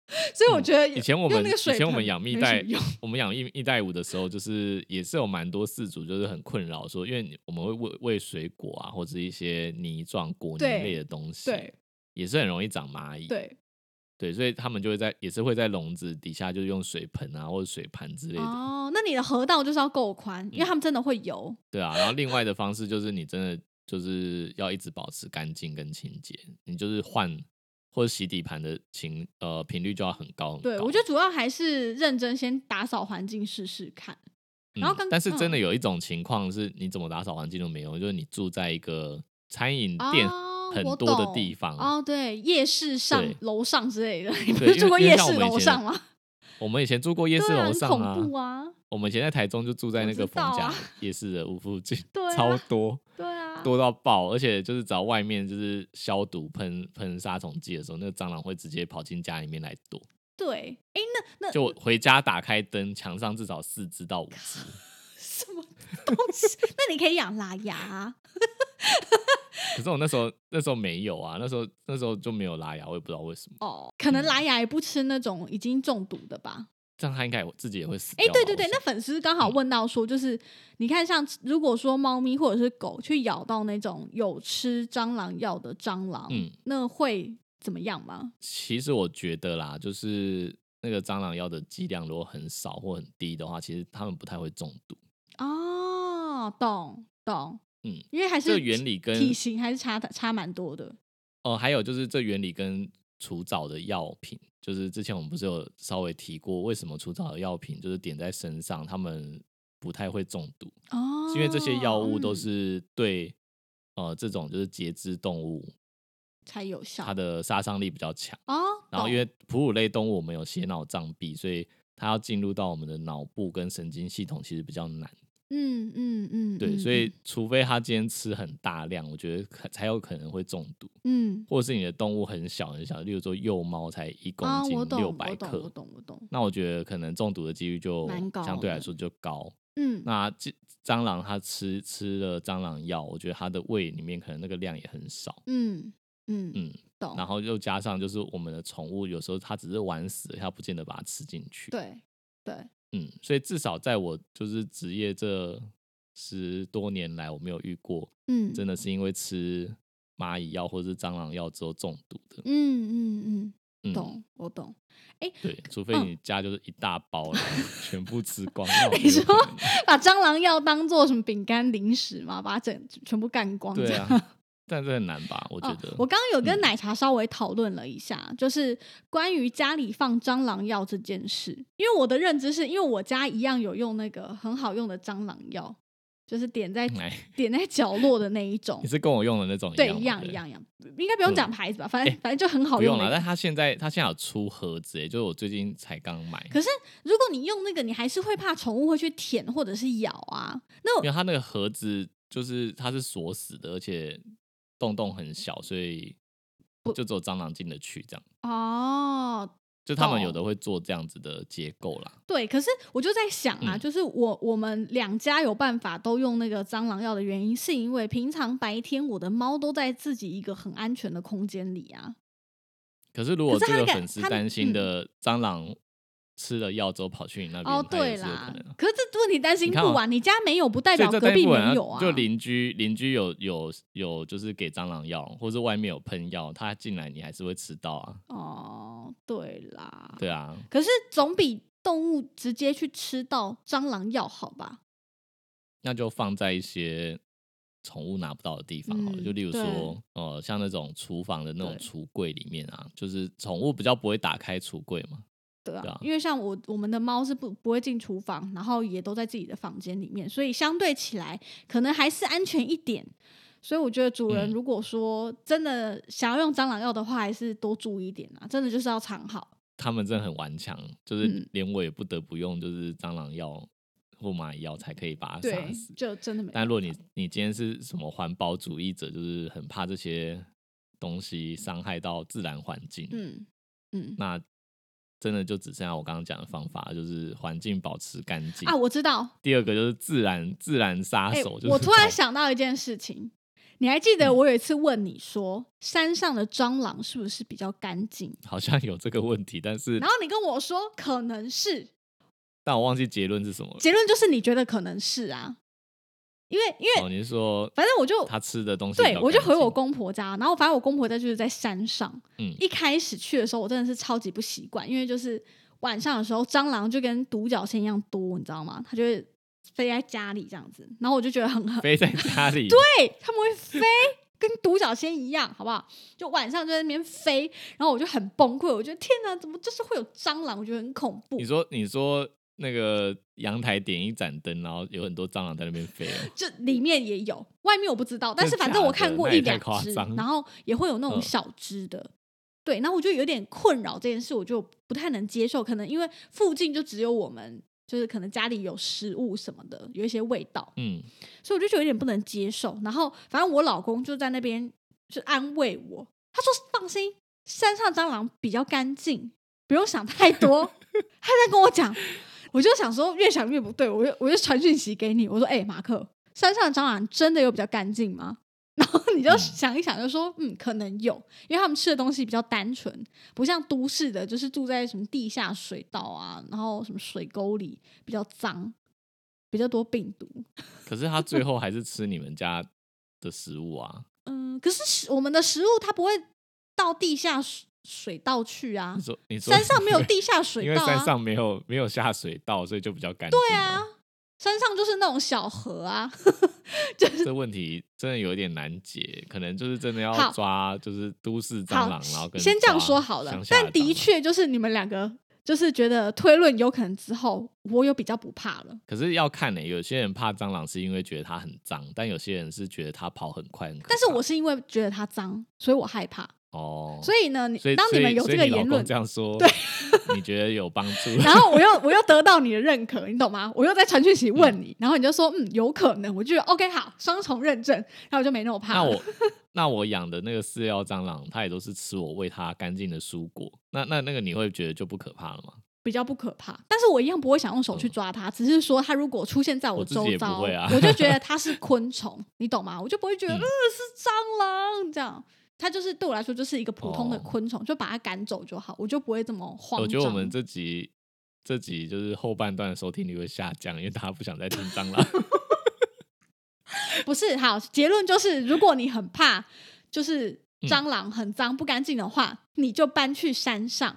所以我觉得以前我们用那个水以前我们盆养蜜袋没什么用， 我们养蜜蜜袋鼯的时候，就是也是有蛮多饲主就是很困扰说，因为我们会喂喂水果啊，或者一些泥状果泥对类的东西， 对也是很容易长蚂蚁。 对对，所以他们就会在也是会在笼子底下，就是用水盆啊或者水盘之类的。 哦，那你的河道就是要够宽， 嗯因为他们真的会游。 对啊，然后另外的方式就是你真的就是要一直保持干净跟清洁，你就是换或者洗底盘的频呃频率就要很高很高。 对，我觉得主要还是认真先打扫环境试试看。然后刚、 嗯、但是真的嗯有一种情况是，你怎么打扫环境都没用，就是你住在一个餐饮店哦很多的地方。 哦，对，夜市上对楼上之类的，你不对是住过因为因为夜市像我们以前楼上吗？ 我们以前住过夜市对啊， 楼上啊， 很恐怖啊！ 我们以前在台中就住在那个我知道啊逢甲夜市的附近， 对啊超多。 对啊， 多到爆，而且就是只要外面就是消毒喷喷杀虫剂的时候，那个蟑螂会直接跑进家里面来躲。 对，哎，那那就我回家打开灯，墙上至少四只到五只。 什么东西？那你可以养拉牙啊。 可是我那时候那时候没有啊，那时候那时候就没有拉牙，我也不知道为什么。 哦，可能拉牙也不吃那种已经中毒的吧。 这样它应该也自己也会死哎， 掉吧。 对对对， 我想那粉丝刚好问到说，就是、嗯、你看，像如果说猫咪或者是狗去咬到那种有吃蟑螂药的蟑螂， 嗯， 那会怎么样吗？ 其实我觉得啦，就是那个蟑螂药的剂量如果很少或很低的话，其实它们不太会中毒。 哦，懂懂， 嗯， 因为还是这个原理跟体型还是差差蛮多的。 哦、呃，还有就是这原理跟除藻的药品，就是之前我们不是有稍微提过，为什么除藻的药品就是点在身上，他们不太会中毒哦， 是因为这些药物都嗯是对、呃这种就是节肢动物才有效， 它的杀伤力比较强。 哦， 然后因为哺乳类动物我们有血脑障壁，所以它要进入到我们的脑部跟神经系统其实比较难。 嗯嗯嗯， 对， 嗯所以除非它今天吃很大量，我觉得可才有可能会中毒。 嗯， 或者是你的动物很小很小，例如说幼猫才一公啊， 斤我懂六百我懂我克， 懂我懂， 那我觉得可能中毒的几率就蛮高的相对来说就高。 嗯， 那这蟑螂它吃吃了蟑螂药，我觉得它的胃里面可能那个量也很少。 嗯嗯嗯， 懂， 然后又加上就是我们的宠物有时候它只是玩死了，它不见得把它吃进去。 对对， 嗯，所以至少在我就是职业这十多年来，我没有遇过嗯， 真的是因为吃蚂蚁药或者是蟑螂药之后中毒的。 嗯嗯嗯， 嗯， 懂，我懂。哎， 对，除非你家就是一大包，然后全部吃光。 你说把蟑螂药当做什么饼干零食嘛，把它整全部干光？ 对啊，但这很难吧？我觉得。 哦、我刚刚有跟嗯奶茶稍微讨论了一下，嗯、就是关于家里放蟑螂药这件事。因为我的认知是，因为我家一样有用那个很好用的蟑螂药，就是点在点在角落的那一种。 你是跟我用的那种一对， 样一样一样一样，应该不用讲牌子吧？反正、 欸、 反正就很好用。 不用了，但他现在他现在有出盒子，哎，就是我最近才刚买。 可是如果你用那个，你还是会怕宠物会去舔或者是咬啊。那因为它那个盒子就是它是锁死的，而且洞洞很小，所以就只有蟑螂进得去这样。 哦。 就他们有的会做这样子的结构啦。 对，可是我就在想啊， 嗯、 就是我我们两家有办法都用那个蟑螂药的原因，是因为平常白天我的猫都在自己一个很安全的空间里啊。 可是如果这个粉丝担心嗯的蟑螂吃了药之后跑去你那边， 哦，对啦，可是这问题担心不完，你,、哦、你家没有不代表隔壁没有啊。 就邻居邻居有有有就是给蟑螂药，或者外面有喷药，他进来你还是会吃到啊。 哦，对啦， 对啊， 可是总比动物直接去吃到蟑螂药好吧？ 那就放在一些宠物拿不到的地方好了，嗯、就例如说，呃，像那种厨房的那种橱柜里面啊，就是宠物比较不会打开橱柜嘛。 对啊，因为像我我们的猫是不不会进厨房，然后也都在自己的房间里面，所以相对起来可能还是安全一点。所以我觉得主人如果说真的想要用蟑螂药的话，还是多注意一点啊，真的就是要藏好。 他们真的很顽强，就是连我也不得不用就是蟑螂药或蚂蚁药才可以把它杀死， 就真的没。 但如果你你今天是什么环保主义者，就是很怕这些东西伤害到自然环境， 嗯嗯， 那真的就只剩下我刚刚讲的方法，就是环境保持干净啊。我知道。 第二个就是自然自然杀手、欸就是。 我突然想到一件事情， 你还记得我有一次问你说，山上的蟑螂是不是比较干净？ 好像有这个问题，但是然后你跟我说可能是， 但我忘记结论是什么了。 结论就是你觉得可能是啊，因为因为、 哦，你是说， 反正我就他吃的东西比较对，我就回我干净公婆家，然后反正我公婆家就是在山上。 嗯一开始去的时候，我真的是超级不习惯，因为就是晚上的时候，蟑螂就跟独角仙一样多，你知道吗？它就会飞在家里这样子，然后我就觉得很很飞在家里， 对，他们会飞，跟独角仙一样，好不好？就晚上就在那边飞，然后我就很崩溃，我觉得天哪，怎么就是会有蟑螂？我觉得很恐怖你。说你说那个阳台点一盏灯，然后有很多蟑螂在那边飞哦， 就里面也有，外面我不知道，但是反正真的我看过那也太一两只， 夸张然后也会有那种嗯小只的。对，然后我就有点困扰这件事，我就不太能接受，可能因为附近就只有我们，就是可能家里有食物什么的，有一些味道， 嗯， 所以我就觉得有点不能接受。然后反正我老公就在那边就安慰我，他说放心，山上蟑螂比较干净，不用想太多。他在跟我讲，我就想说越想越不对，我就我就传讯息给你，我说哎、欸，马克，山上的蟑螂真的有比较干净吗？然后你就想一想，就说嗯，可能有，因为他们吃的东西比较单纯，不像都市的，就是住在什么地下水道啊，然后什么水沟里，比较脏，比较多病毒。 可是他最后还是吃你们家的食物啊。 嗯，可是食我们的食物它不会到地下水水道去啊你，说你说山上没有地下水因为道啊， 山上没有没有下水道，所以就比较干净。 对啊，山上就是那种小河啊。 这问题真的有点难解，可能就是真的要好抓，就是都市蟑好螂，然后跟先这样抓说好了乡，下但的蟑螂， 确就是你们两个就是觉得推论有可能之后，我有比较不怕了。 可是要看呢、有些人怕蟑螂是因为觉得它很脏，但有些人是觉得它跑很快很可怕。 但是我是因为觉得它脏，所以我害怕。 哦， 所以呢，你所以当你们有所以所以你老公这个言论， 这样说， 对， 你觉得有帮助？ 然后我又我又得到你的认可，你懂吗？我又在传讯息问你，然后你就说嗯有可能，我就觉得 OK 好，双重认证，然后我就没那么怕了。 那我那我养的那个饲料蟑螂，它也都是吃我喂它干净的蔬果，那那那个你会觉得就不可怕了吗？ 比较不可怕，但是我一样不会想用手去抓它，只是说它如果出现在我自己也不周遭， 会啊我就觉得它是昆虫，你懂吗？我就不会觉得、 嗯呃是蟑螂这样，它就是对我来说就是一个普通的哦昆虫，就把它赶走就好，我就不会这么慌张。 我觉得我们这集这集就是后半段的收听率会下降，因为大家不想再听蟑螂。 不是好结论就是，如果你很怕就是嗯蟑螂很脏不干净的话，你就搬去山上。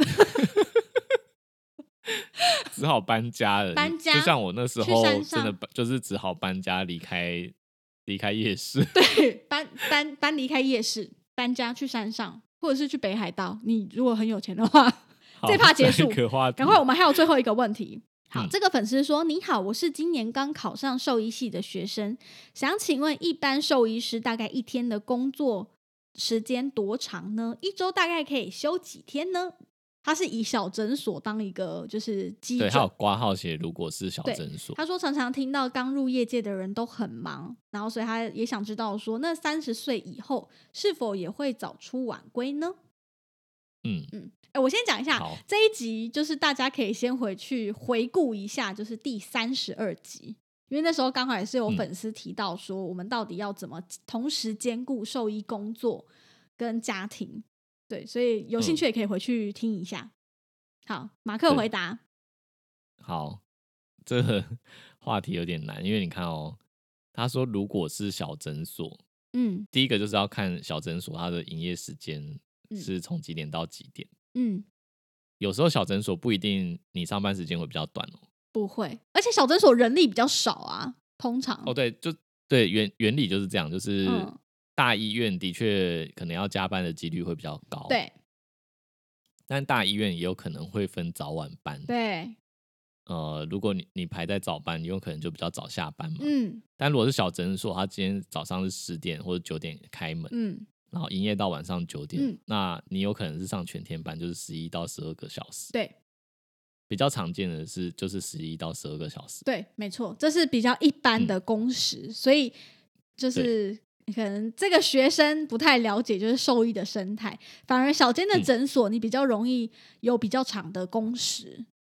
只好搬家了， 搬家就像我那时去候山上真的搬就是只好搬家离开离开夜市。 对，搬搬搬离开夜市，搬家去山上，或者是去北海道。你如果很有钱的话， 好这趴结束下一个话题赶快，我们还有最后一个问题。好， 嗯这个粉丝说：“你好，我是今年刚考上兽医系的学生，想请问，一般兽医师大概一天的工作时间多长呢？一周大概可以休几天呢？”他是以小诊所当一个就是基对， 准还有挂号写，如果是小对诊所， 他说常常听到刚入业界的人都很忙，然后所以他也想知道说，那三十岁以后是否也会早出晚归呢？ 嗯， 嗯，哎，我先讲一下好这一集，就是大家可以先回去回顾一下，就是第三十二集，因为那时候刚好也是有粉丝提到说，我们到底要怎么同时兼顾兽医工作跟家庭。对，所以有兴趣也可以回去听一下。嗯、好，马克回答。 好，这个话题有点难，因为你看哦，他说如果是小诊所， 嗯第一个就是要看小诊所它的营业时间嗯是从几点到几点。 嗯， 有时候小诊所不一定你上班时间会比较短哦。 不会，而且小诊所人力比较少啊，通常。 哦，对，就对原原理就是这样，就是嗯大医院的确可能要加班的几率会比较高，， 对但大医院也有可能会分早晚班， 对， 呃，如果你你排在早班，你有可能就比较早下班嘛， 嗯但如果是小诊所，它今天早上是十点或者九点开门， 嗯然后营业到晚上九点， 嗯那你有可能是上全天班，就是十一到十二个小时， 对比较常见的是就是十一到十二个小时， 对，没错，这是比较一般的工时， 嗯所以就是可能这个学生不太了解就是兽医的生态，反而小间的诊所你比较容易有比较长的工时。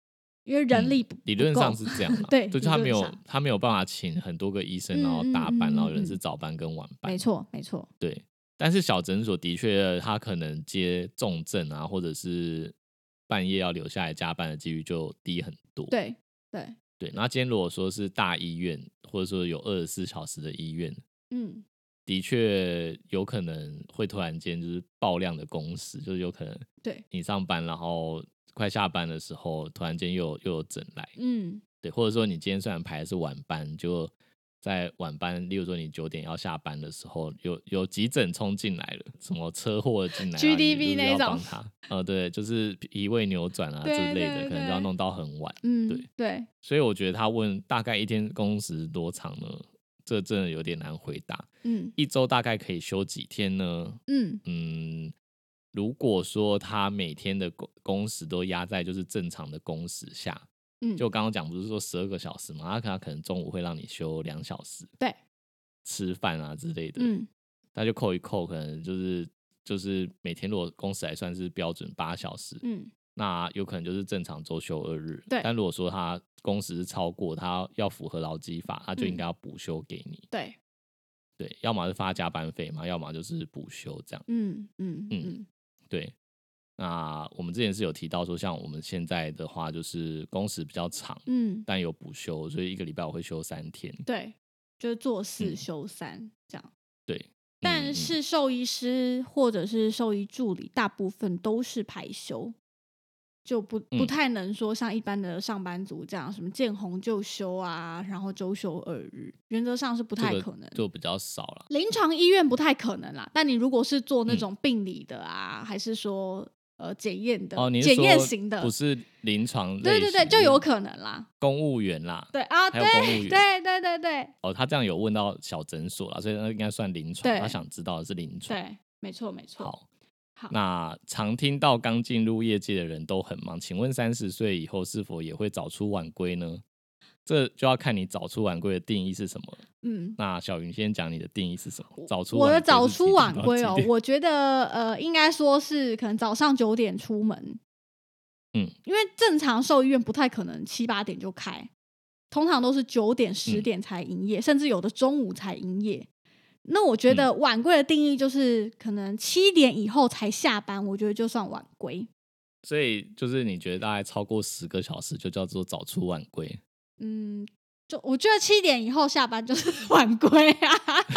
因为人力不、 嗯、理论上是这样嘛对， 就是他没有他没有办法请很多个医生然后大班、嗯嗯嗯嗯、然后有人是早班跟晚班， 没错没错， 对。但是小诊所的确他可能接重症啊，或者是半夜要留下来加班的几率就低很多， 对对对。那今天如果说是大医院或者说有二十四小时的医院，嗯，的确有可能会突然间就是爆量的工时，就是有可能对你上班然后快下班的时候突然间又有又有诊来，嗯，对。或者说你今天虽然排的是晚班，就在晚班例如说你九点要下班的时候有有急诊冲进来了，什么车祸进来、啊、 G D B 那种呃，对，就是脾胃扭转啊之类的， 对对对， 可能就要弄到很晚， 嗯， 对对。 所以我觉得他问大概一天工时多长呢，这真的有点难回答。嗯，一周大概可以休几天呢？嗯嗯，如果说他每天的工时都压在就是正常的工时下，嗯，就刚刚讲不是说十二个小时嘛，他可能中午会让你休两小时， 对， 吃饭啊之类的，嗯，他就扣一扣，可能就是就是每天如果工时还算是标准八小时，嗯，那有可能就是正常周休二日，对。但如果说他工时是超过，他要符合劳基法，他就应该要补休给你，嗯、对。对，要么是发加班费嘛，要么就是补休这样。嗯嗯嗯，对。那我们之前是有提到说，像我们现在的话，就是工时比较长，嗯，但有补休，所以一个礼拜我会休三天。对， 就是做四休三、嗯、这样。 对， 但是兽医师或者是兽医助理，大部分都是排休。就不不太能说像一般的上班族这样什么见红就休啊，然后周休二日，原则上是不太可能，这个、就比较少了。 临床医院不太可能啦，但你如果是做那种病理的啊，嗯、还是说呃检验的， 哦，你检验型的， 不是临床类型， 对对对，就有可能啦。 公务员啦， 对啊， 还有公务员， 对对对对。 哦，他这样有问到小诊所啦，所以那应该算临床，他想知道的是临床。 对，没错没错。 好。那常听到刚进入业界的人都很忙，请问三十岁以后是否也会早出晚归呢？这就要看你早出晚归的定义是什么。嗯，那小云先讲你的定义是什么？早出晚归， 我的早出晚归哦，我觉得呃，应该说是可能早上九点出门。嗯，因为正常兽医院不太可能七八点就开，通常都是九点十点才营业，嗯、甚至有的中午才营业。那我觉得晚归的定义就是可能七点以后才下班，我觉得就算晚归。 所以就是你觉得大概超过十个小时就叫做早出晚归？ 嗯，就我觉得七点以后下班就是晚归啊。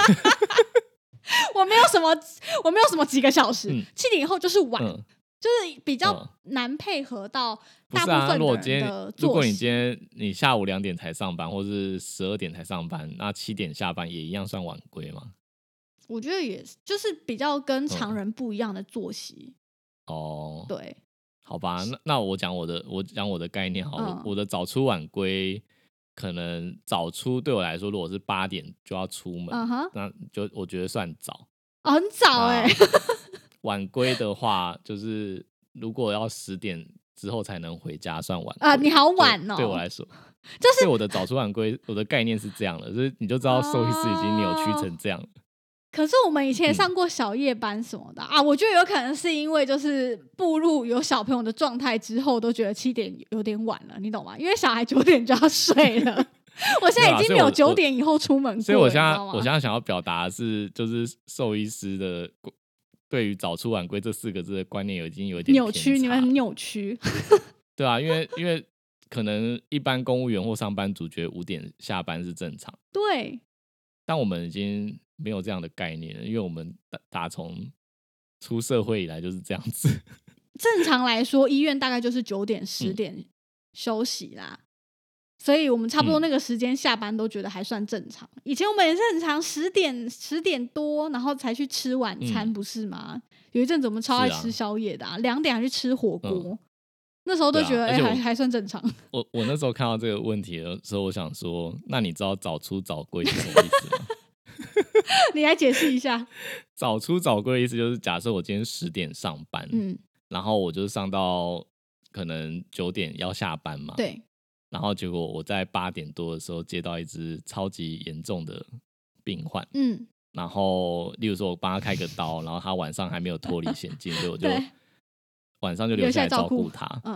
我没有什么，我没有什么几个小时，七、嗯、点以后就是晚，嗯、就是比较难配合到大部分的人的作息。 如果你今天你下午两点才上班，或是十二点才上班，那七点下班也一样算晚归吗？ 我觉得也是，就是比较跟常人不一样的作息。 嗯、哦， 对， 好吧，那那我讲我的，我讲我的概念好了。嗯、我的早出晚归，可能早出对我来说，如果是八点就要出门，嗯、那就我觉得算早， 哦、很早哎、欸。 晚归的话，就是如果要十点之后才能回家，算晚归啊。你好晚哦， 对我来说， 就是对我的早出晚归，我的概念是这样的，就是你就知道兽医师已经扭曲成这样了。 可是我们以前也上过小夜班什么的、嗯、啊，我觉得有可能是因为就是步入有小朋友的状态之后，都觉得七点有点晚了，你懂吗？因为小孩九点就要睡了。我现在已经没有九点以后出门过了， 所以我现在我现在想要表达的是，就是兽医师的对于早出晚归这四个字的观念已经有一点扭曲，你们很扭曲。 对啊，因为因为可能一般公务员或上班族觉得五点下班是正常， 对， 但我们已经没有这样的概念了，因为我们打从出社会以来就是这样子。 正常来说，医院大概就是九点、十点休息啦，嗯、所以我们差不多那个时间下班都觉得还算正常。嗯、以前我们也是很常十点、十点多，然后才去吃晚餐，嗯、不是吗？有一阵子我们超爱吃宵夜的、啊，两、啊、点还去吃火锅，嗯、那时候都觉得哎、啊欸、还还算正常。 我我那时候看到这个问题的时候，我想说，那你知道早出早归是什么意思吗？ 你来解释一下。 早出早归的意思就是，假设我今天十点上班，嗯，然后我就上到可能九点要下班嘛， 对。 然后结果我在八点多的时候接到一只超级严重的病患，嗯，然后例如说我帮他开个刀，然后他晚上还没有脱离险境，所以我就晚上就留下来照顾他，嗯，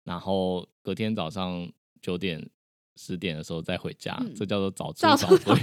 然后隔天早上九点十点的时候再回家， 嗯、 这叫做早出早早归。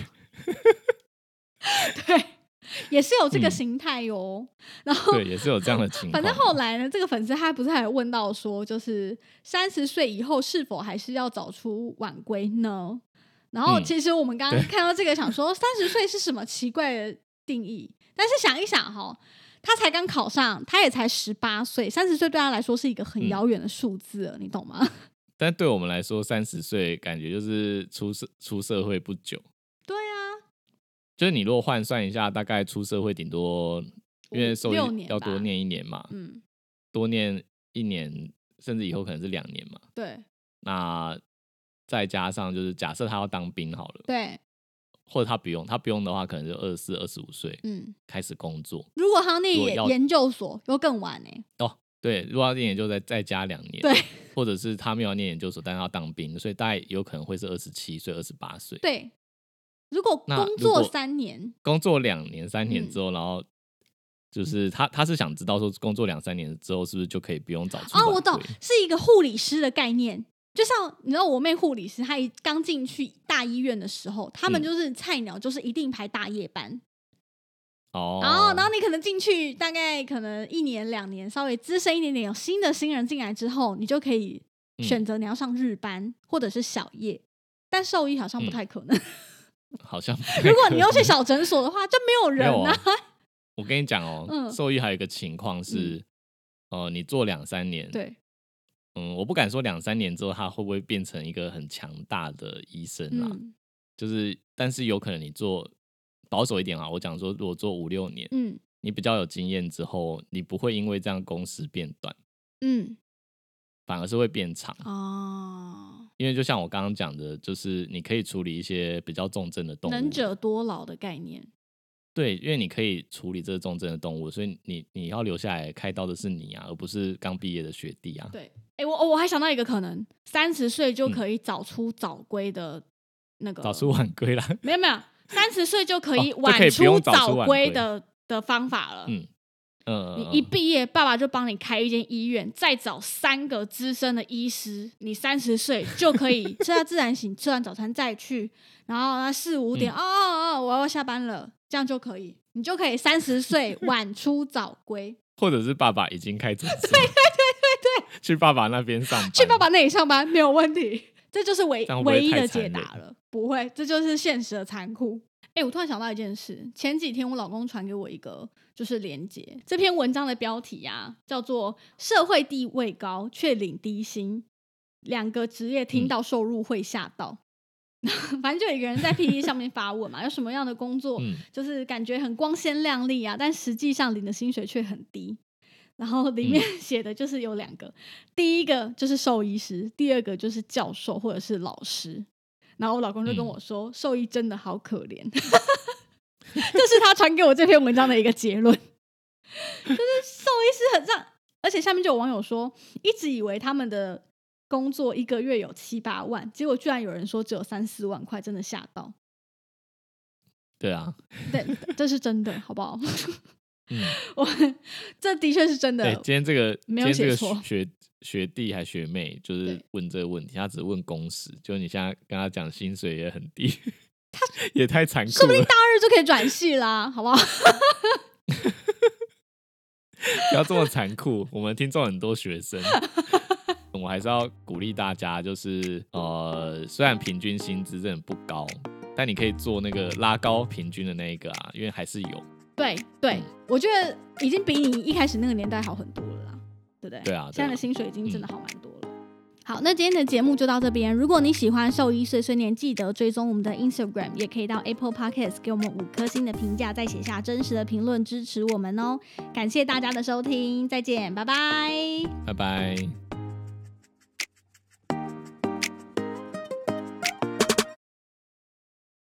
对，也是有这个形态哟、嗯。然后对，也是有这样的情况。 反正后来呢，这个粉丝他不是还有问到说，就是三十岁以后是否还是要早出晚归呢？然后其实我们刚刚看到这个，想说三十岁是什么奇怪的定义？但是想一想哈，他才刚考上，他也才十八岁，三十岁对他来说是一个很遥远的数字了、嗯，你懂吗？ 但对我们来说，三十岁感觉就是出社出社会不久。 对啊， 就是你如果换算一下，大概出社会顶多，因为兽医要多念一年嘛， 嗯， 多念一年，甚至以后可能是两年嘛。 对， 那再加上就是假设他要当兵好了， 对， 或者他不用，他不用的话，可能就二十四、二十五岁，嗯，开始工作。 如果他念研究所，又更晚呢、 欸。哦，对，如果要念研究再再加两年， 对， 或者是他没有念研究所，但是他要当兵，所以大概有可能会是二十七岁、二十八岁。 对，如果工作三年， 工作两年、三年之后，嗯、然后就是他他是想知道说，工作两三年之后是不是就可以不用早出晚归？ 哦，我懂，是一个护理师的概念。就像你知道，我妹护理师，她一刚进去大医院的时候，他们就是菜鸟，就是一定排大夜班。哦，然后，然后你可能进去大概可能一年两年，稍微资深一点点，有新的新人进来之后，你就可以选择你要上日班、嗯、或者是小夜。但兽医好像不太可能， 嗯、好像不太可能。 如果你要去小诊所的话，就没有人啊。 我跟你讲哦，嗯、兽医还有一个情况是，嗯、呃，你做两三年， 对。 嗯，我不敢说两三年之后他会不会变成一个很强大的医生啦、嗯，就是，但是有可能你做保守一点啊，我讲说如果做五六年，嗯，你比较有经验之后，你不会因为这样工时变短，嗯，反而是会变长哦。因为就像我刚刚讲的，就是你可以处理一些比较重症的动物， 能者多劳的概念。 对，因为你可以处理这个重症的动物，所以你你要留下来开刀的是你啊，而不是刚毕业的学弟啊。 对，哎、欸，我我还想到一个可能，三十岁就可以早出早归的那个、 嗯、早出晚归啦。 没有没有，三十岁就可以晚出早归的、哦、的方法了。嗯嗯，你一毕业，爸爸就帮你开一间医院，再找三个资深的医师，你三十岁就可以吃下自然醒，吃完早餐再去，然后四五点、嗯、哦哦哦，我要下班了。这样就可以，你就可以三十岁晚出早归， 或者是爸爸已经开诊所， 对对对对对， 去爸爸那边上班， 去爸爸那里上班没有问题，这就是唯唯一的解答了。不会，这就是现实的残酷。哎、欸，我突然想到一件事，前几天我老公传给我一个就是连结，这篇文章的标题啊叫做“社会地位高却领低薪，两个职业听到收入会吓到”。嗯反正就有一个人在 P D 上面发问嘛，有什么样的工作、嗯、就是感觉很光鲜亮丽啊，但实际上领的薪水却很低。然后里面写的就是有两个、嗯，第一个就是兽医师，第二个就是教授或者是老师。然后我老公就跟我说，兽、嗯、医真的好可怜。这是他传给我这篇文章的一个结论，就是兽医师很像，而且下面就有网友说，一直以为他们的工作一个月有七八万，结果居然有人说只有三四万块，真的吓到。 对啊， 对，这是真的，好不好？嗯，我这的确是真的。 对，今天这个没有写错， 今天这个学学弟还学妹就是问这个问题，他只问工时，就你现在跟他讲薪水也很低，他也太残酷了。 说不定大二就可以转系啦，好不好？ 不要这么残酷，我们听众很多学生。我还是要鼓励大家，就是呃，虽然平均薪资真的不高，但你可以做那个拉高平均的那一个啊，因为还是有。 对对、嗯，我觉得已经比你一开始那个年代好很多了啦，对不对？ 对啊，对啊， 现在的薪水已经真的好蛮多了。嗯、好，那今天的节目就到这边。如果你喜欢兽医碎碎念，记得追踪我们的 Instagram， 也可以到 Apple Podcast 给我们五颗星的评价，再写下真实的评论支持我们哦。感谢大家的收听，再见，拜拜， 拜拜。